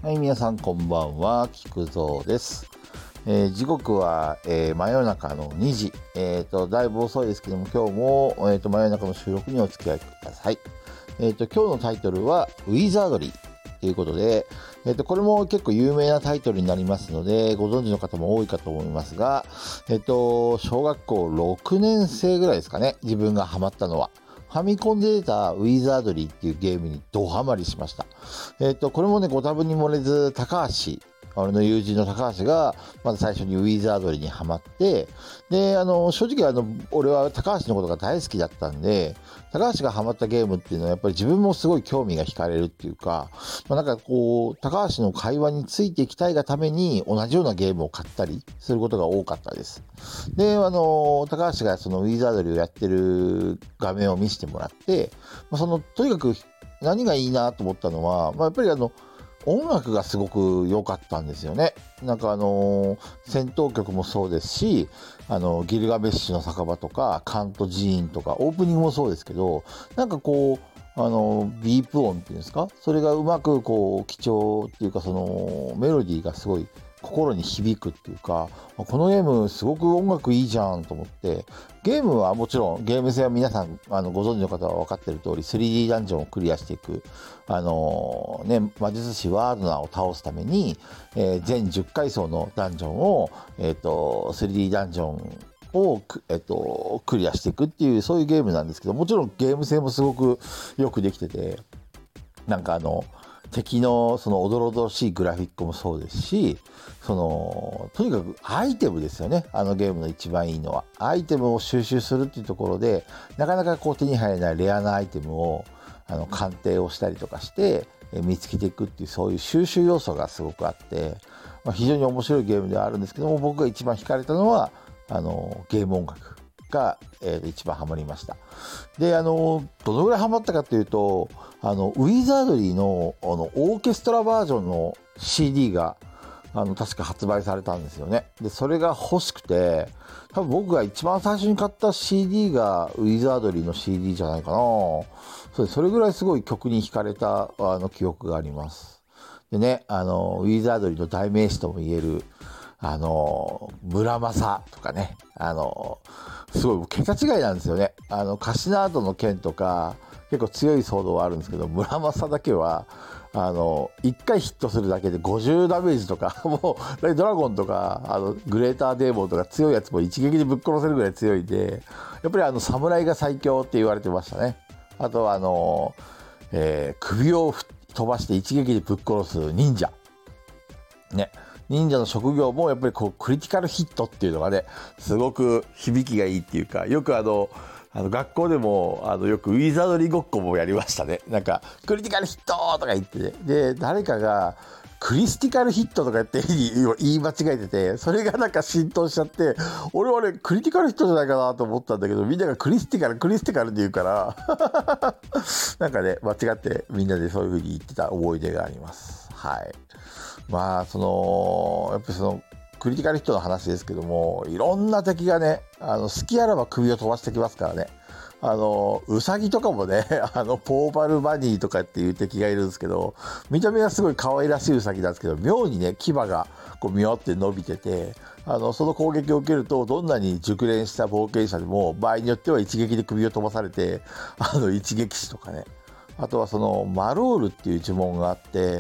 はい、皆さんこんばんは、菊蔵です。時刻は、真夜中の2時。だいぶ遅いですけども、今日も、真夜中の収録にお付き合いください。今日のタイトルは、ウィザードリーということで、これも結構有名なタイトルになりますので、ご存知の方も多いかと思いますが、小学校6年生ぐらいですかね、自分がハマったのは。ファミコンで出たウィザードリーっていうゲームにドハマりしました。これもね、ご多分に漏れず、俺の友人の高橋が、まず最初にウィザードリーにハマって、で、正直俺は高橋のことが大好きだったんで、高橋がハマったゲームっていうのはやっぱり自分もすごい興味が惹かれるっていうか、なんかこう、高橋の会話についていきたいがために同じようなゲームを買ったりすることが多かったです。で、高橋がそのウィザードリーをやってる画面を見せてもらって、とにかく何がいいなと思ったのは、やっぱり音楽がすごく良かったんですよね。なんか戦闘曲もそうですし、ギルガメッシュの酒場とか、カント寺院とか、オープニングもそうですけど、なんかこう、ビープ音っていうんですか、それがうまくこう、基調っていうか、その、メロディーがすごい心に響くっていうか、このゲームすごく音楽いいじゃんと思って、ゲームはもちろんゲーム性は皆さんご存知の方は分かってる通り 3D ダンジョンをクリアしていく魔術師ワードナーを倒すために、全10階層のダンジョンを、3D ダンジョンをクリアしていくっていうそういうゲームなんですけど、もちろんゲーム性もすごくよくできてて、なんか敵のそのおどろおどろしいグラフィックもそうですし、とにかくアイテムですよね。ゲームの一番いいのは。アイテムを収集するっていうところで、なかなかこう手に入らないレアなアイテムを、鑑定をしたりとかして、見つけていくっていう、そういう収集要素がすごくあって、非常に面白いゲームではあるんですけども、僕が一番惹かれたのは、ゲーム音楽が、一番ハマりました。で、どのぐらいハマったかというと、ウィザードリーの、オーケストラバージョンの CD が、確か発売されたんですよね。で、それが欲しくて、多分僕が一番最初に買った CD がウィザードリーの CD じゃないかな。それぐらいすごい曲に惹かれた、記憶があります。でね、ウィザードリーの代名詞とも言える、村正とかね、すごい桁違いなんですよね。カシナードの剣とか、結構強いソードはあるんですけど、村正だけは、1回ヒットするだけで50ダメージとか、もう、ドラゴンとか、グレーターデーモンとか強いやつも一撃でぶっ殺せるぐらい強いんで、やっぱり侍が最強って言われてましたね。あとは首を飛ばして一撃でぶっ殺す忍者。ね。忍者の職業もやっぱりこうクリティカルヒットっていうのがね、すごく響きがいいっていうか、よく学校でもよくウィザードリーごっこもやりましたね。なんかクリティカルヒットとか言ってね、で誰かがクリスティカルヒットとか言い間違えてて、それがなんか浸透しちゃって、俺はねクリティカルヒットじゃないかなと思ったんだけど、みんながクリスティカルって言うからなんかね間違ってみんなでそういう風に言ってた思い出があります。はい。やっぱりクリティカルヒットの話ですけども、いろんな敵がね、好きあらば首を飛ばしてきますからね。ウサギとかもね、ポーパルバニーとかっていう敵がいるんですけど、見た目はすごい可愛らしいウサギなんですけど、妙にね、牙がこうミョって伸びてて、その攻撃を受けると、どんなに熟練した冒険者でも、場合によっては一撃で首を飛ばされて、一撃死とかね。あとはマロールっていう呪文があって、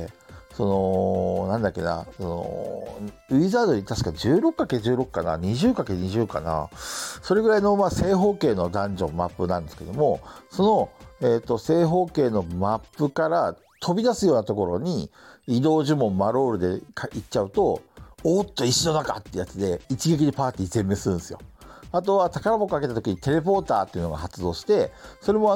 なんだっけな、ウィザードに確か 16×16 かな、20×20 かな、それぐらいの正方形のダンジョンマップなんですけども、正方形のマップから飛び出すようなところに移動呪文マロールで行っちゃうと、おっと石の中ってやつで一撃でパーティー全滅するんですよ。あとは宝箱かけた時にテレポーターっていうのが発動して、それも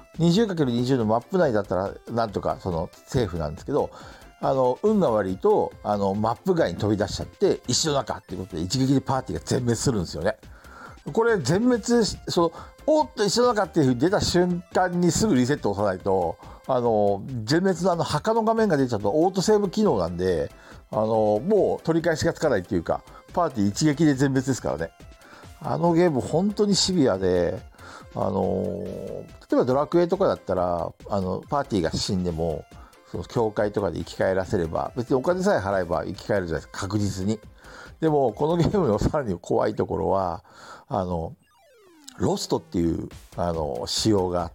20×20 のマップ内だったらなんとかセーフなんですけど、運が悪いとマップ外に飛び出しちゃって石の中っていうことで一撃でパーティーが全滅するんですよね。これ全滅おっと石の中っていう風に出た瞬間にすぐリセットを押さないと全滅の墓の画面が出ちゃうとオートセーブ機能なんでもう取り返しがつかないっていうか、パーティー一撃で全滅ですからね。ゲーム本当にシビアで、例えばドラクエとかだったらパーティーが死んでもその教会とかで生き返らせれば、別にお金さえ払えば生き返るじゃないですか、確実に。でも、このゲームのさらに怖いところは、ロストっていう、仕様があって、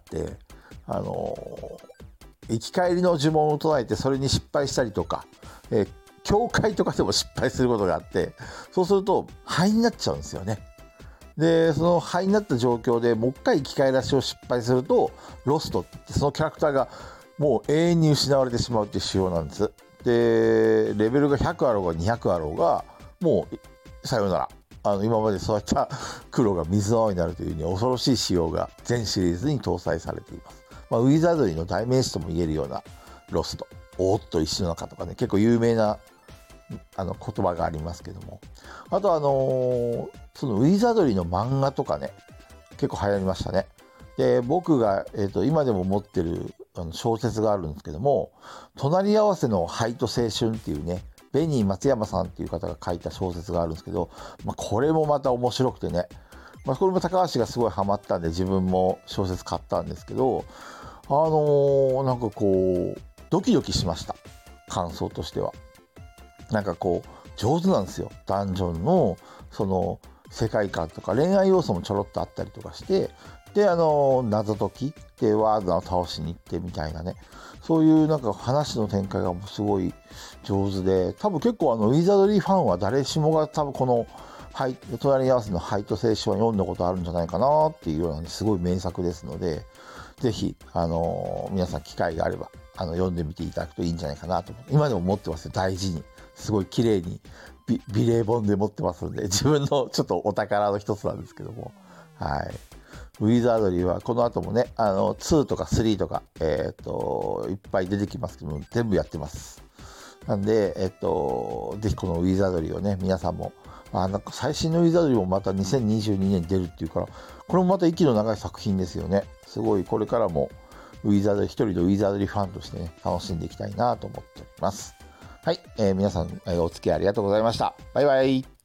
生き返りの呪文を唱えてそれに失敗したりとか、教会とかでも失敗することがあって、そうすると灰になっちゃうんですよね。で、その灰になった状況でもう一回生き返らしを失敗すると、ロストって言って、そのキャラクターがもう永遠に失われてしまうっていう仕様なんです。で、レベルが100あろうが200あろうが、もうさようなら。今までそういった黒が水の青になるという、ね、恐ろしい仕様が全シリーズに搭載されています。ウィザードリーの代名詞とも言えるようなロスト、おーっと石の中とかね、結構有名な言葉がありますけども、あとそのウィザードリーの漫画とかね、結構流行りましたね。で、僕が、今でも持ってる小説があるんですけども、隣り合わせの灰と青春っていうね、ベニー松山さんっていう方が書いた小説があるんですけど、これもまた面白くてね、これも高橋がすごいハマったんで自分も小説買ったんですけど、なんかこうドキドキしました。感想としてはなんかこう上手なんですよ。ダンジョンのその世界観とか恋愛要素もちょろっとあったりとかして、で謎解きでワードを倒しに行ってみたいなね、そういうなんか話の展開がすごい上手で、多分結構ウィザードリーファンは誰しもが多分この隣り合わせのハイと青春を読んだことあるんじゃないかなっていうような、ね、すごい名作ですので、ぜひ皆さん機会があれば読んでみていただくといいんじゃないかなと思って、今でも持ってますよ、大事に。すごい綺麗に美麗本で持ってますので、自分のちょっとお宝の一つなんですけども、はい。ウィザードリーはこの後もね、2とか3とか、いっぱい出てきますけども、全部やってます。なんで、ぜひこのウィザードリーをね、皆さんも、なんか最新のウィザードリーもまた2022年に出るっていうから、これもまた息の長い作品ですよね。すごいこれからも一人のウィザードリーファンとしてね、楽しんでいきたいなと思っております。はい、皆さん、お付き合いありがとうございました。バイバイ。